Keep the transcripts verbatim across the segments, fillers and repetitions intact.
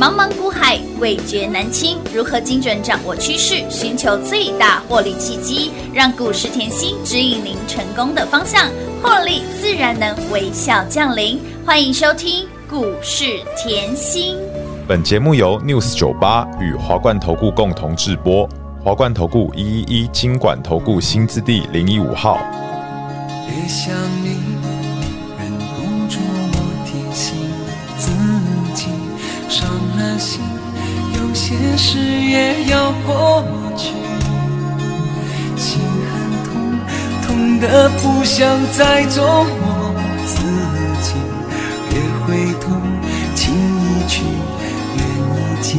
茫茫股海，味觉难清。如何精准掌握趋势，寻求最大获利契机，让股市甜心指引您成功的方向，获利自然能微笑降临。欢迎收听股市甜心。 本节目由 News 九十八与华冠投顾共同制播，华冠投顾一一一金管投顾新字第零一五号。 别想你，忍不住我提醒自己，伤了心，有些事也要过去。心很痛，痛得不想再做我自己。别回头，情已去，缘已尽。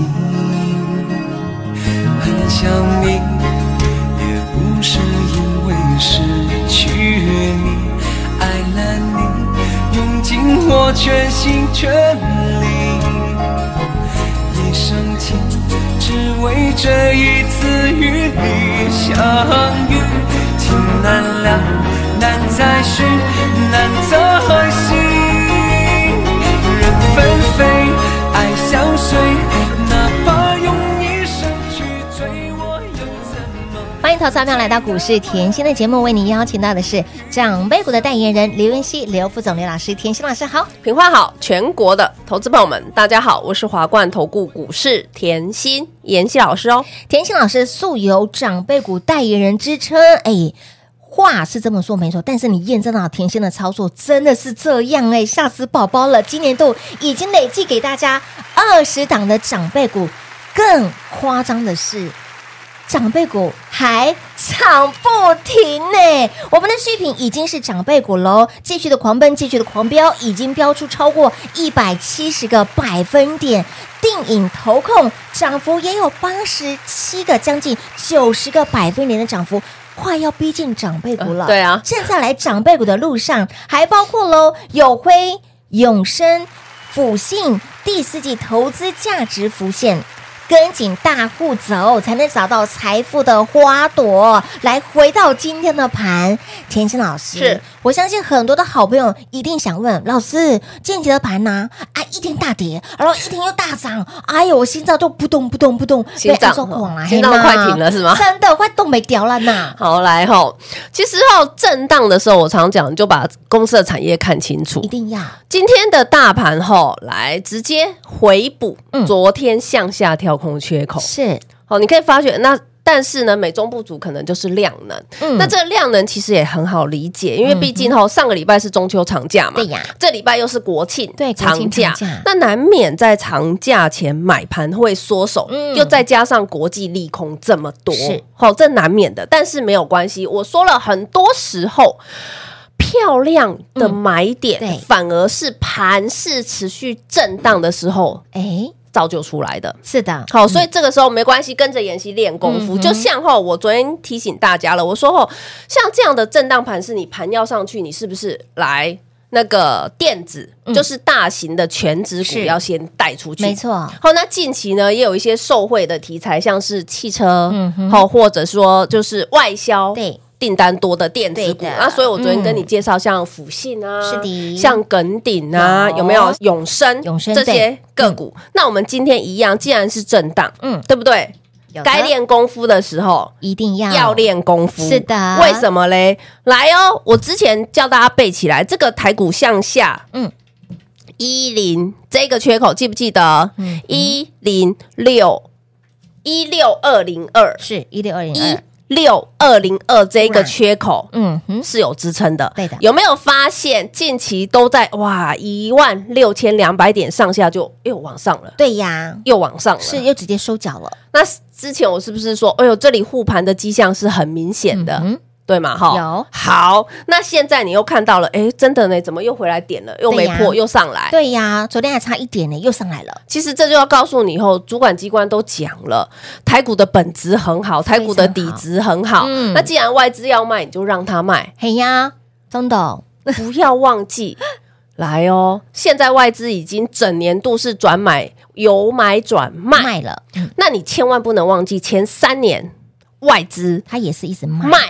很想你，也不是因为失去你，爱了你，用尽我全心全力。一生情，只为这一次与你相遇。情难了，难再续，难再续。人纷飞，爱相随，哪怕用一生去追，我又怎么？ 欢迎投资朋友来到股市甜心的节目，为您邀请到的是长辈股的代言人刘文熙、刘副总、刘老师。甜心老师好， 平花好，全国的投资朋友们大家好，我是华冠投顾股市甜心妍希老师哦。 甜心老师素有长辈股代言人之称，哎。话是这么说没错，但是你验证到甜心的操作真的是这样哎，吓死宝宝了！今年度已经累计给大家二十档的长辈股，更夸张的是，长辈股还涨不停呢！我们的续品已经是长辈股喽，继续的狂奔，继续的狂飙，已经飙出超过一百七十个百分点。定影投控涨幅也有八十七个，将近九十个百分点的涨幅。快要逼近长辈股了、呃、 对啊， 现在来长辈股的路上还包括喽友辉、永生、辅信第四季投资价值浮现，跟紧大户走才能找到财富的花朵。来回到今天的盘，甜心老师， 是我相信很多的好朋友一定想问老师，近期的盘呢、啊？啊，一天大跌，然后一天又大涨，哎呦，我心脏都不动不动不动， 心脏啊， 心脏快停了是吗？ 真的快动没掉了呢。 好，来吼，其实吼震荡的时候，我常讲，你就把公司的产业看清楚， 一定要。 今天的大盘吼，来直接回补、嗯、昨天向下跳空缺口， 是好，你可以发觉那。但是呢，美中不足可能就是量能。嗯，那这个量能其实也很好理解，因为毕竟吼、哦、上个礼拜是中秋长假嘛， 对呀， 这礼拜又是国庆对长假， 长假那难免在长假前买盘会缩手，嗯，又再加上国际利空这么多， 是好、哦，这难免的。但是没有关系，我说了很多时候。漂亮的买点、嗯、反而是盘势持续震荡的时候，哎。造就出来的， 是的， 好，所以这个时候没关系，跟着妍希练功夫。嗯、就像吼，我昨天提醒大家了，我说吼，像这样的震荡盘是你盘要上去，你是不是来那个电子，嗯、就是大型的全指股要先带出去？ 没错。 好，那近期呢也有一些受惠的题材，像是汽车，嗯，好，或者说就是外销，对。订单多的电子股，那所以我昨天跟你介绍像辅信啊， 是的， 像耿鼎啊，有没有永生、 永生这些个股？嗯、那我们今天一样，既然是震荡，嗯，对不对？该练功夫的时候， 一定要要练功夫。 是的， 为什么嘞？来哦，我之前叫大家背起来，这个台股向下，嗯，一零这个缺口记不记得？嗯，一零六一六二零二是一六二零二。 六二零二这个缺口，嗯，是有支撑的， 对的。 有没有发现近期都在哇一万六千两百点上下就又往上了？ 对呀， 又往上了， 是又直接收脚了。 那之前我是不是说，哎呦，这里护盘的迹象是很明显的？嗯对嘛哈， 有好，那现在你又看到了，哎，真的呢，怎么又回来点了，又没破，又上来？ 对呀，昨天还差一点呢，又上来了。 其实这就要告诉你，以后主管机关都讲了，台股的本质很好，台股的底质很好。嗯，那既然外资要卖，你就让他卖。 嘿呀，真的， 不要忘记。来哦，现在外资已经整年度是转买，由买转卖卖了。嗯， 那你千万不能忘记，前三年外资它也是一直卖。 卖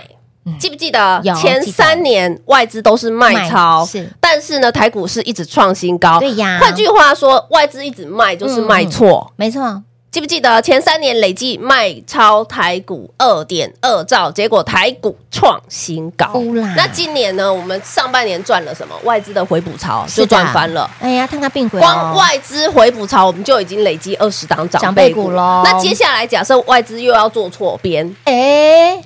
记不记得有前记得三年外资都是卖超， 卖是但是呢，台股市一直创新高。 对呀换句话说，外资一直卖就是卖错。 没错， 记不记得前三年累计卖超台股二点二兆，结果台股创新高欧啦。 那今年呢，我们上半年赚了什么？外资的回补潮是的就赚翻了。 哎呀，看看并轨哦， 光外资回补潮，我们就已经累积二十档长辈股长辈股咯那接下来假设外资又要做错边， 哎，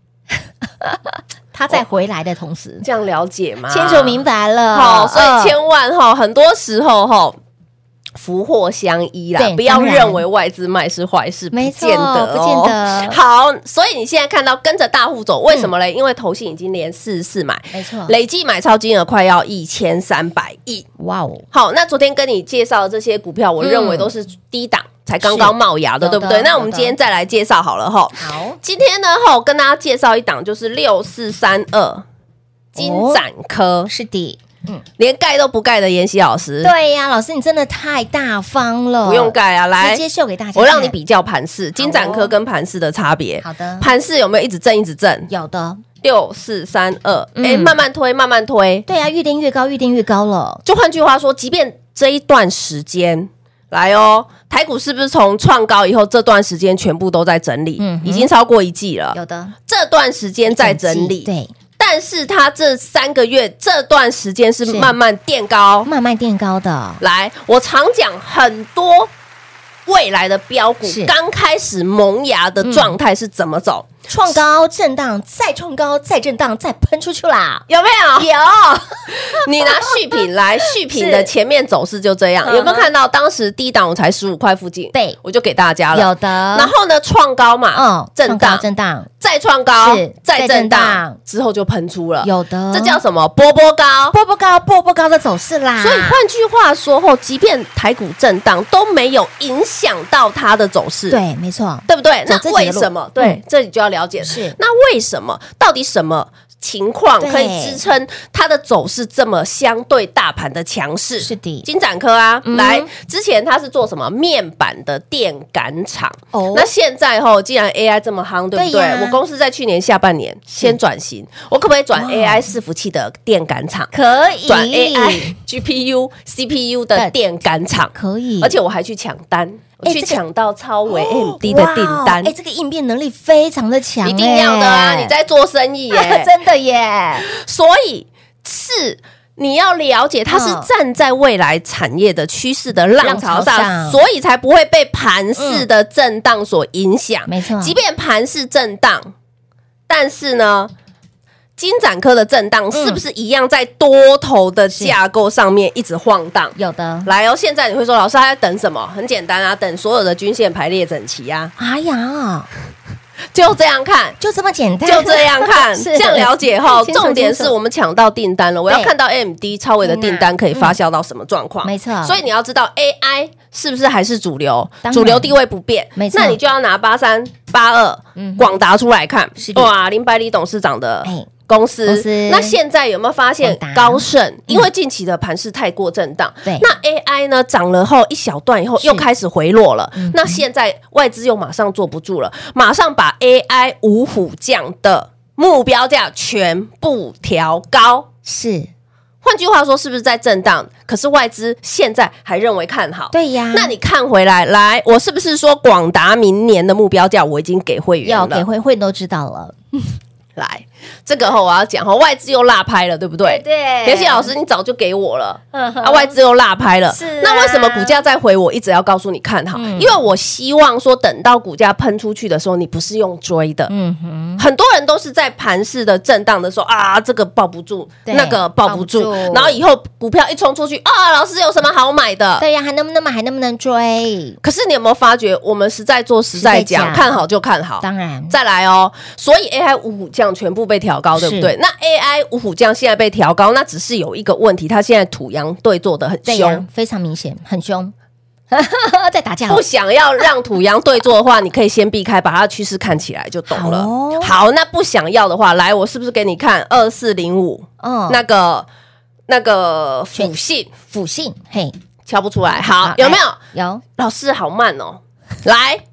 他在回来的同时， 这样了解吗？ 清楚明白了。 好，所以嗯千万哈，很多时候哈。福祸相依啦对， 不要当然认为外资卖是坏事，不没错见得、哦， 不见得好，所以你现在看到跟着大户走，为什么嘞？因为投信已经连四四买， 没错， 累计买超金额快要一千三百亿。 哇哦， 好，那昨天跟你介绍的这些股票，我认为都是低档，才刚刚冒芽的， 是对不对？ 有的那我们今天再来介绍好了哈。 好， 今天呢，哈，我跟大家介绍一档，就是六四三二金展科， 是的， 连盖都不盖的妍希老师， 对呀，老师你真的太大方了， 不用盖啊，来直接秀给大家看， 我让你比较盘势，金展科跟盘势的差别。 好的盘势有没有一直震一直震？ 有的， 六四三二，哎， 嗯慢慢推，慢慢推。 对啊，越垫越高，越垫越高了， 就换句话说，即便这一段时间来哦，台股是不是从创高以后这段时间全部都在整理？ 嗯哼已经超过一季了。 有的这段时间在整理， 对， 但是它这三个月这段时间是是慢慢垫高。 慢慢垫高的， 来，我常讲很多未来的标股是刚开始萌芽的状态是怎么走？ 创高震荡，再创高，再震荡，再喷出去啦， 有没有？ 有， 你拿续品来，续品的前面走势就这样， 嗯哼有没有看到？当时低档我才十五块附近， 对我就给大家了。 有的， 然后呢，创高嘛， 嗯， 震创高荡， 震荡， 再创高是， 再震再震荡荡，之后就喷出了。 有的， 这叫什么？波波高。 波波高，波波高的走势啦， 所以换句话说后，即便台股震荡都没有影响到它的走势， 对，没错， 对不对？那走自己的路为什么？对嗯， 这里就要了解是那为什么？到底什么情况对可以支撑它的走势这么相对大盘的强势？ 是的金展科啊， 嗯来之前它是做什么面板的电感厂哦那现在吼，既然 A I 这么夯，对不对对呀？ 我公司在去年下半年先转型，我可不可以转哇 A I 伺服器的电感厂？ 可以转 A I G P U C P U 的电感厂， 可以， 而且我还去抢单，我去哎这个抢到超微 M D 的订单哎，，这个应变能力非常的强， 一定要的啊！ 哎你在做生意耶， 真的耶， 所以是你要了解，它是站在未来产业的趋势的浪潮浪潮上， 上所以才不会被盘势的震荡所影响。 没错即便盘势震荡，但是呢。金展科的震荡是不是一样在多头的架构上面一直晃荡？ 有的， 来哦，现在你会说老师他在等什么？很简单啊，等所有的均线排列整齐啊， 哎呀， 就这样看。 就这么简单， 就这样看， 是这样了解后， 清楚重点清楚是我们抢到订单了。我要对看到 A M D 超微的订单可以发酵到什么状况？ 没错所以你要知道 A I 是不是还是主流当然， 主流地位不变。 没错那你就要拿八三八二广达出来看是，的哇，林百里董事长的哎公司， 公司那现在有没有发现广达高盛？因为近期的盘势太过震荡， 对那 A I 呢涨了后一小段以后是又开始回落了，那现在外资又马上坐不住了，马上把 A I 五虎将的目标价全部调高。 是， 换句话说，是不是在震荡？可是外资现在还认为看好。 对呀， 那你看回来，来，我是不是说广达明年的目标价我已经给会员了？ 要给会会都知道了， 来，这个后我要讲哈，外资又落拍了，对不对？ 对妍希老师，你早就给我了， 嗯哼啊，外资又落拍了， 是啊那为什么股价再回？我一直要告诉你看好，因为我希望说，等到股价喷出去的时候，你不是用追的， 嗯哼， 很多人都是在盘势的震荡的时候啊，这个抱不住， 对那个抱不住， 抱不住然后以后股票一冲出去啊，老师有什么好买的？ 对呀，还能不能买，还能不能追？ 可是你有没有发觉，我们实在做实在讲， 实在讲看好就看好， 当然， 再来哦，所以 A I 五虎将全部被调高，对不对？那 A I 五虎将现在被调高，那只是有一个问题，它现在土洋对做的很对呀凶，， 非常明显，很凶，在打架了不想要让土洋对做的话，你可以先避开，把它的趋势看起来就懂了。 好哦好，那不想要的话，来，我是不是给你看二四零五哦， 那个那个辅信辅信，嘿， 敲不出来？好好， 有没有？ 有， 老师好慢哦，来。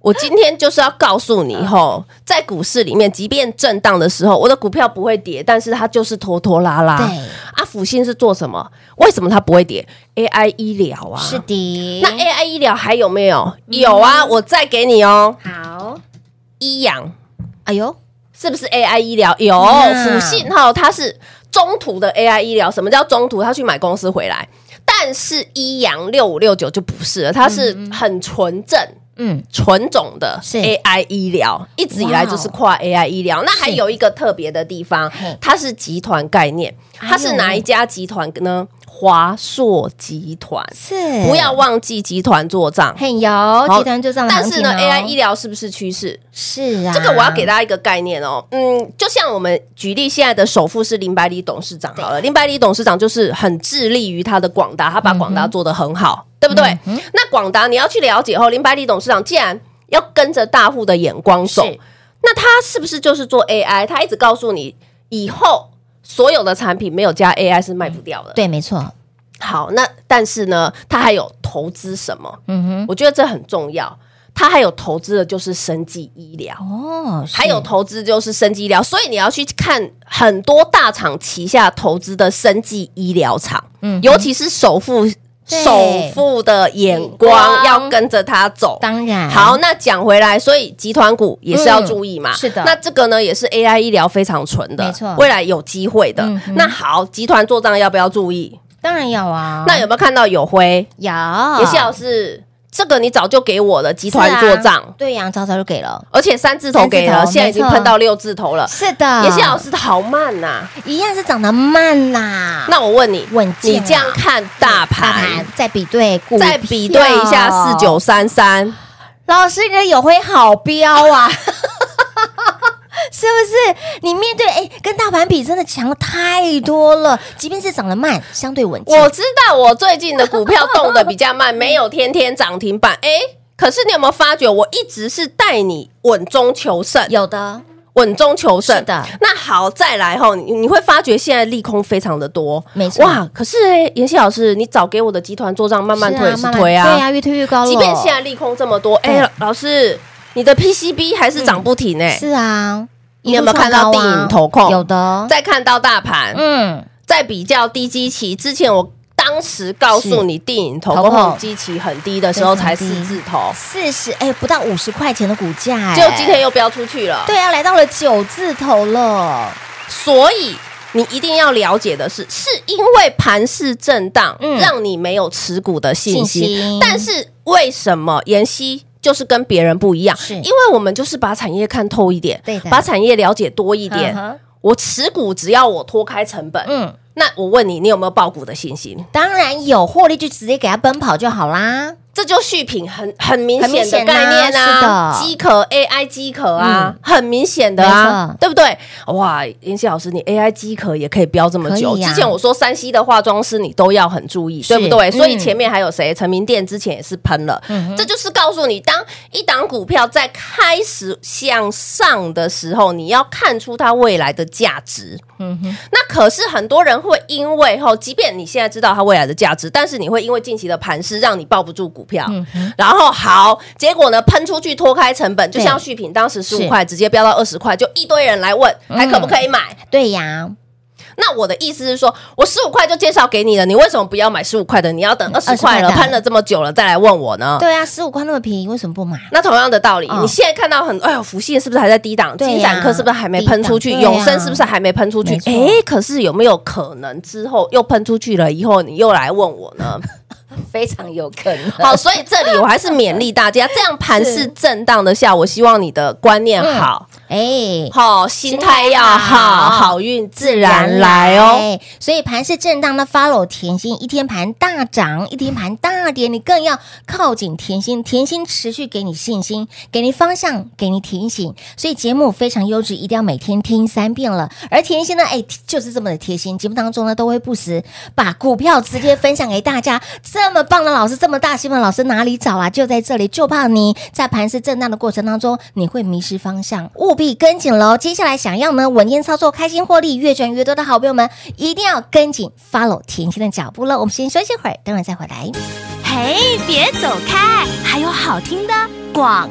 我今天就是要告诉你吼，在股市里面，即便震荡的时候，我的股票不会跌，但是它就是拖拖拉拉。 对， 啊，辅信是做什么？为什么它不会跌 ？A I 医疗啊， 是的。 那 A I 医疗还有没有？有啊，我再给你哦。 好， 医养， 哎呦， 是不是 A I 医疗？有，辅信哈，它是中途的 A I 医疗。什么叫中途？他去买公司回来。但是医阳六五六九就不是了，它是很纯正。嗯，纯种的 A I 医疗一直以来就是跨 A I 医疗。那还有一个特别的地方，它是集团概念，它是哪一家集团呢？华硕集团。 是， 不要忘记集团做账， 很有集团做账。 但是呢 ，A I 医疗是不是趋势？ 是啊， 这个我要给大家一个概念哦。嗯，就像我们举例，现在的首富是林百里董事长好了，林百里董事长就是很致力于他的广达，他把广达做得很好。对不对？嗯、那广达你要去了解后，林百里董事长既然要跟着大户的眼光走，那他是不是就是做 A I？ 他一直告诉你，以后所有的产品没有加 A I 是卖不掉的。 对，没错。 好，那但是呢，他还有投资什么？嗯哼，我觉得这很重要。他还有投资的就是生技医疗哦，还有投资就是生技医疗，所以你要去看很多大厂旗下投资的生技医疗厂，嗯，尤其是首富。首富的眼光要跟着他走， 当然好。那讲回来，所以集团股也是要注意嘛。 嗯、是的， 那这个呢也是 A I 医疗非常纯的， 没错， 未来有机会的。嗯、那好，集团做账要不要注意？ 当然要啊。 那有没有看到友辉？ 有， 也是老师。这个你早就给我了，集团做账、啊， 对呀、啊，早早就给了， 而且三字头给了，现在已经喷到六字头了。 是的， 妍希老师好慢呐、啊， 一样是涨得慢呐。 那我问你， 稳健、啊， 你这样看大盘， 再比对股， 再比对一下四九三三， 老师你的友辉好标啊！是不是？你面对哎，跟大盘比真的强太多了。即便是涨得慢，相对稳健。 我知道我最近的股票动得比较慢，没有天天涨停板。哎，可是你有没有发觉，我一直是带你稳中求胜？ 有的， 稳中求胜。 是的。 那好，再来后，你你会发觉现在利空非常的多。 没错。 哇，可是哎，妍希老师，你早给我的集团做账慢慢推是推啊， 对啊，越推越高了。 即便现在利空这么多，哎，老师，你的 P C B 还是涨不停哎。 是啊。 你有没有看到定影投控？ 有的。 再看到大盘，嗯，再比较低基期。之前我当时告诉你，定影投控基期很低的时候才四字头， 四十哎，不到五十块钱的股价，哎， 就今天又飙出去了。 对啊，来到了九字头了。 所以你一定要了解的是，是因为盘势震荡，嗯、让你没有持股的信心。信心但是为什么妍希？就是跟别人不一样，因为我们就是把产业看透一点，把产业了解多一点。呵呵我持股只要我脱开成本，嗯，那我问你，你有没有抱股的信心？ 当然有，获利就直接给它奔跑就好啦。 这就续品很很明显的概念啊，机壳 A I 机壳啊，嗯、很明显的啊，对不对？哇，妍希老师，你 A I 机壳也可以标这么久。啊、之前我说三 C 的化妆师你都要很注意，对不对？嗯、所以前面还有谁？成名店之前也是喷了，嗯、这就是告诉你，当一档股票在开始向上的时候，你要看出它未来的价值。嗯哼，那可是很多人会因为后，即便你现在知道它未来的价值，但是你会因为近期的盘势让你抱不住股票，嗯、然后好，结果呢喷出去脱开成本，就像续品当时十五块直接飙到二十块，就一堆人来问、嗯、还可不可以买？ 对呀。 那我的意思是说，我十五块就介绍给你了，你为什么不要买十五块的？你要等二十块了，喷了这么久了再来问我呢？ 对啊，十五块那么便宜，为什么不买？ 那同样的道理，哦、你现在看到很哎呦，福信是不是还在低档？金展科是不是还没喷出去？永生是不是还没喷出去？哎，可是有没有可能之后又喷出去了？以后你又来问我呢？ 非常有可能。 好，所以这里我还是勉励大家，这样盘势震荡的下，我希望你的观念好，哎，好，心态要好，好运自然来哦。 所以盘势震荡的 follow 甜心，一天盘大涨，一天盘大跌，你更要靠近甜心，甜心持续给你信心，给你方向，给你提醒。所以节目非常优质，一定要每天听三遍了。而甜心呢，哎，就是这么的贴心，节目当中呢都会不时把股票直接分享给大家。这么棒的老师，这么大心的老师哪里找啊？就在这里，就怕你在盘势震荡的过程当中，你会迷失方向，务必跟紧喽。接下来想要呢稳健操作、开心获利、越赚越多的好朋友们，一定要跟紧 follow 甜心的脚步了。我们先休息会儿，等会再回来。 嘿，别走开，还有好听的广告。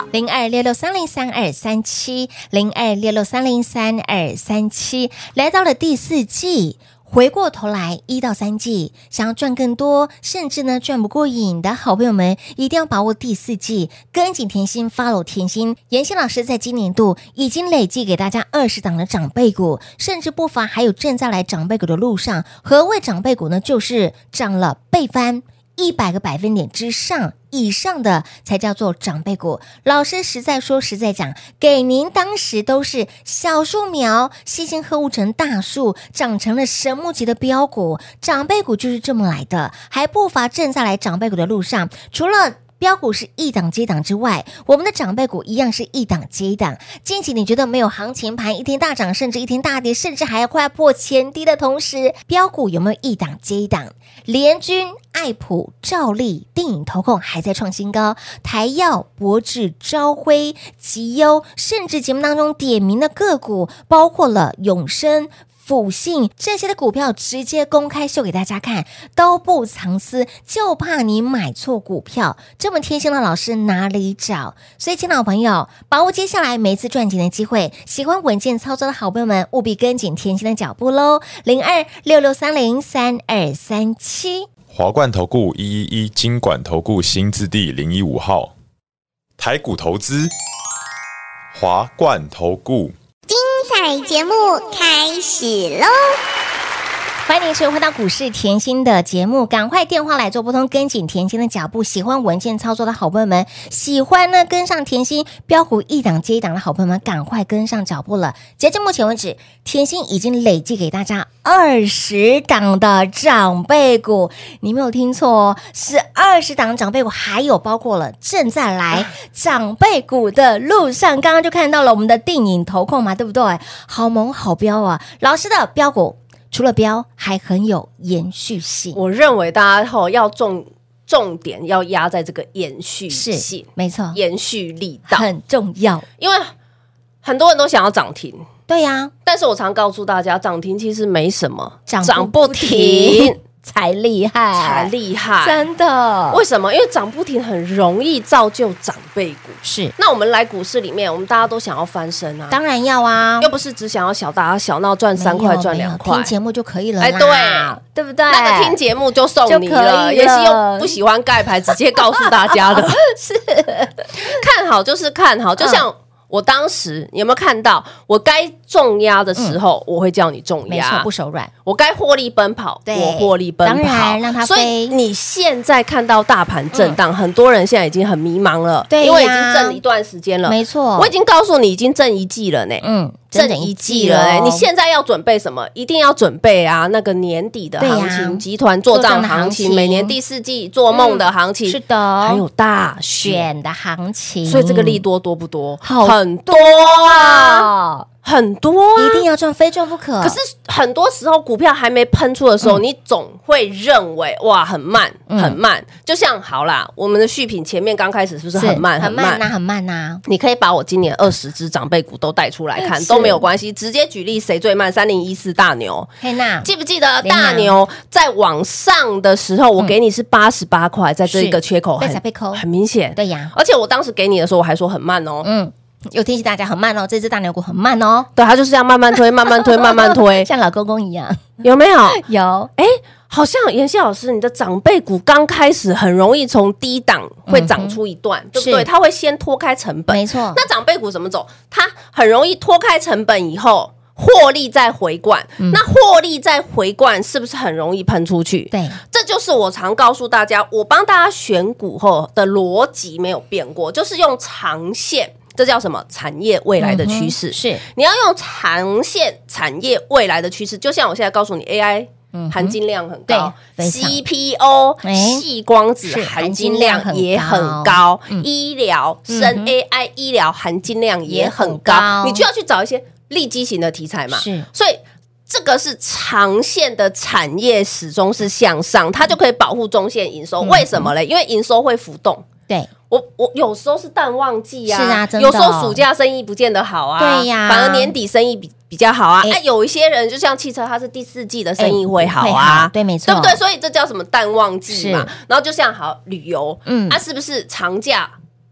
零二六六三零三二三七，零二六六三零三二三七，来到了第四季。回过头来，一到三季，想要赚更多，甚至呢赚不过瘾的好朋友们，一定要把握第四季，跟紧甜心 ，follow 甜心。妍希老师在今年度已经累计给大家二十档的长辈股，甚至不乏还有正在来长辈股的路上。何谓长辈股呢？就是涨了倍翻。一百个百分点之上以上的才叫做长辈股。老师实在说实在讲，给您当时都是小树苗，细心呵护成大树，长成了神木级的标股。长辈股就是这么来的，还不乏正在来长辈股的路上。除了标股是一档接一档之外，我们的长辈股一样是一档接一档。近期你觉得没有行情盘，一天大涨，甚至一天大跌，甚至还要快破前低的同时，标股有没有一档接一档？联军、爱普、兆利、电影投控还在创新高，台药、博智、朝晖、集优，甚至节目当中点名的个股，包括了永生、辅信这些的股票直接公开秀给大家看，都不藏私，就怕你买错股票。这么贴心的老师哪里找？所以亲爱的朋友，把握接下来每一次赚钱的机会，喜欢稳健操作的好朋友们务必跟紧甜心的脚步咯。零二六六三零三二三七， 华冠投顾一一一金管投顾新字第零一五号，台股投资，华冠投顾。 彩节目开始喽！ 欢迎您持续回到股市甜心的节目，赶快电话来做拨通，跟紧甜心的脚步。喜欢稳健操作的好朋友们，喜欢呢跟上甜心标股一档接一档的好朋友们，赶快跟上脚步了。截至目前为止，甜心已经累计给大家二十档的长辈股，你没有听错哦，是二十档长辈股，还有包括了正在来长辈股的路上。刚刚就看到了我们的电影投控嘛，对不对？好猛好标啊！老师的标股。除了标，还很有延续性。 我认为大家后要重重点要压在这个延续性， 是没错， 延续力道很重要。 因为很多人都想要涨停， 对呀、啊， 但是我常告诉大家，涨停其实没什么， 涨涨不停才厉害， 才厉害， 真的。 为什么？因为涨不停很容易造就长辈股。 是， 那我们来股市里面，我们大家都想要翻身啊， 当然要啊， 又不是只想要小打小闹赚三块赚两块， 听节目就可以了。 哎，对， 对不对？ 那个听节目就送你了，也是又不喜欢盖牌，直接告诉大家的， 是看好就是看好，就像。嗯我当时有没有看到，我该重压的时候，嗯、我会叫你重压， 没错，不手软。 我该获利奔跑，我获利奔跑， 当然让它飞。 所以你现在看到大盘震荡，嗯、很多人现在已经很迷茫了， 对， 因为已经震一段时间了， 没错。 我已经告诉你，已经震一季了呢，嗯，震一季了哎，你现在要准备什么？一定要准备啊，那个年底的行情，啊、集团做账行情，每年第四季做梦的行情，嗯、 是的， 还有大选的行情， 所以这个利多多不多？ 好。 很多啊，很多啊， 一定要赚，非赚不可。 可是很多时候股票还没喷出的时候，嗯、你总会认为哇很慢，嗯、很慢。就像好啦，我们的续品前面刚开始是不是很慢？ 很慢呐，很慢呐。 你可以把我今年二十只长辈股都带出来看，都没有关系。直接举例，谁最慢？三零一四大牛。 嘿娜， 记不记得大牛在往上的时候，我给你是八十八块，在这一个缺口很很明显。 对呀， 而且我当时给你的时候，我还说很慢哦。嗯。 有提醒大家很慢哦，这只大牛股很慢哦。 对，它就是这样慢慢推，慢慢推，慢慢推， 像老公公一样， 有没有？ 有。 哎，好像妍希老师，你的长辈股刚开始很容易从低档会涨出一段，嗯、对不对？它会先脱开成本， 没错。 那长辈股怎么走？它很容易脱开成本以后。获利再回灌，嗯、那获利再回灌是不是很容易喷出去？ 对， 这就是我常告诉大家，我帮大家选股后的逻辑没有变过，就是用长线，这叫什么？产业未来的趋势、嗯、是你要用长线产业未来的趋势，就像我现在告诉你 A I。含金量很高 ，C P O 矽光子含金量也很高，嗯、医疗生 A I 医疗含金量也很高，嗯、你就要去找一些利基型的题材嘛。是，所以这个是长线的产业始终是向上，它就可以保护中线营收。嗯、为什么嘞？因为营收会浮动。对。我我有时候是淡旺季啊，是啊，真的。有时候暑假生意不见得好啊，对呀，反而年底生意比比较好啊。哎、欸啊，有一些人就像汽车，它是第四季的生意会好啊，欸、 对，没错， 对不对？所以这叫什么淡旺季嘛。然后就像好旅游，嗯，啊，是不是长假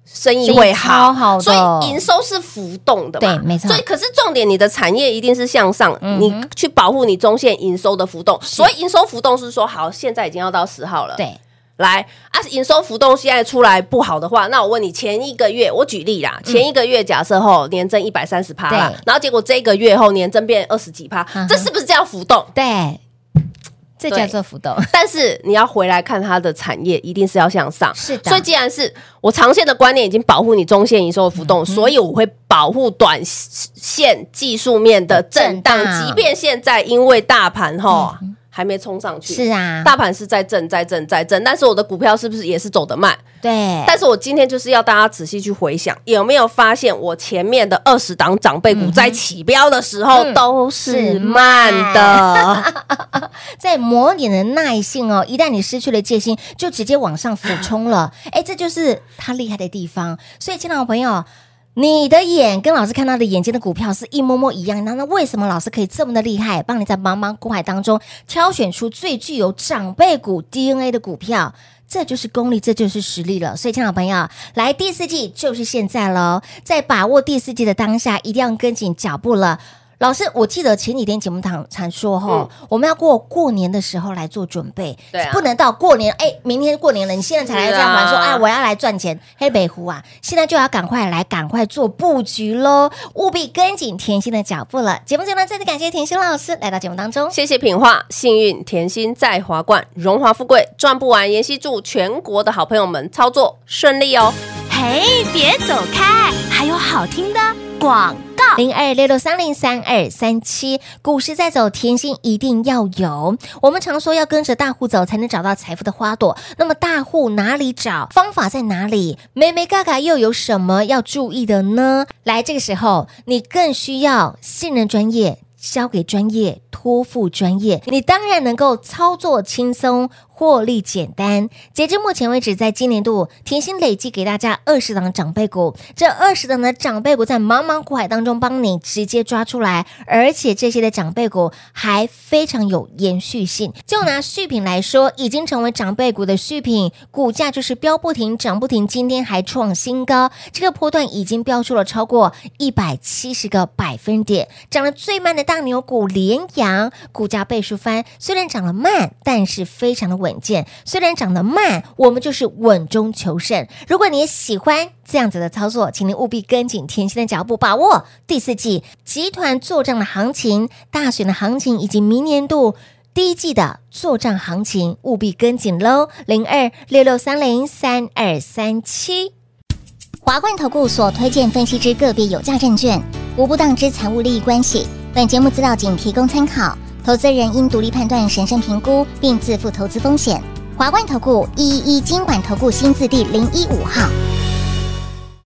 生意会好， 超好的所以营收是浮动的嘛， 对没错所以可是重点，你的产业一定是向上， 嗯哼你去保护你中线营收的浮动。所以营收浮动是说，好，现在已经要到十号了， 对， 来啊，营收浮动现在出来不好的话，那我问你，前一个月我举例啦，前一个月假设后年增一百三十趴啦对， 然后结果这个月后年增变二十几趴， 嗯哼这是不是叫浮动？ 对，这叫做浮动。 但是你要回来看它的产业，一定是要向上。 是的所以既然是我长线的观念已经保护你中线营收的浮动，所以我会保护短线技术面的震荡， 震荡即便现在因为大盘哈。还没冲上去， 是啊大盘是在震、在震、在震，但是我的股票是不是也是走得慢？ 对， 但是我今天就是要大家仔细去回想，有没有发现我前面的二十档长辈股在起标的时候嗯都是慢的， 在磨你的耐性哦，一旦你失去了戒心，就直接往上俯冲了。哎，这就是他厉害的地方。所以，亲爱的朋友，你的眼跟老师看到的眼睛的股票是一模模一样，那那为什么老师可以这么的厉害，帮你在茫茫股海当中挑选出最具有长辈股 D N A 的股票？这就是功力，这就是实力了。所以，亲爱的朋友，来第四季就是现在喽，在把握第四季的当下，一定要跟紧脚步了。老师，我记得前几天节目堂常说哈、嗯，我们要过过年的时候来做准备， 对啊， 不能到过年，哎，明天过年了，你现在才来这样玩，说，哎，我要来赚钱，黑北湖啊，现在就要赶快来，赶快做布局喽，务必跟紧甜心的脚步了。节目最后呢，再次感谢甜心老师来到节目当中， 谢谢品画，幸运甜心在华冠，荣华富贵赚不完。妍希祝全国的好朋友们操作顺利哦。 嘿，别走开，还有好听的广告。 零二六六三零三二三七，股市在走，甜心一定要有。我们常说要跟着大户走，才能找到财富的花朵。那么大户哪里找？方法在哪里？眉眉嘎嘎又有什么要注意的呢？来，这个时候你更需要信任专业，交给专业，托付专业，你当然能够操作轻松，获利简单。截至目前为止，在今年度甜心累计给大家二十档长辈股，这二十档的长辈股在茫茫股海当中帮你直接抓出来，而且这些的长辈股还非常有延续性。就拿续品来说，已经成为长辈股的续品，股价就是飙不停，涨不停，今天还创新高，这个波段已经飙出了超过一百七十个百分点。涨得最慢的大牛股联阳，股价倍数翻，虽然涨得慢，但是非常的稳稳健，虽然涨得慢，我们就是稳中求胜。如果你也喜欢这样子的操作，请您务必跟紧甜心的脚步，把握第四季集团作战的行情、大选的行情，以及明年度第一季的作战行情，务必跟紧喽！零二六六三零三二三七。 华冠投顾所推荐分析之个别有价证券，无不当之财务利益关系。本节目资料仅提供参考，投资人应独立判断、审慎评估，并自负投资风险。华冠投顾一一一金管投顾新字第零一五号。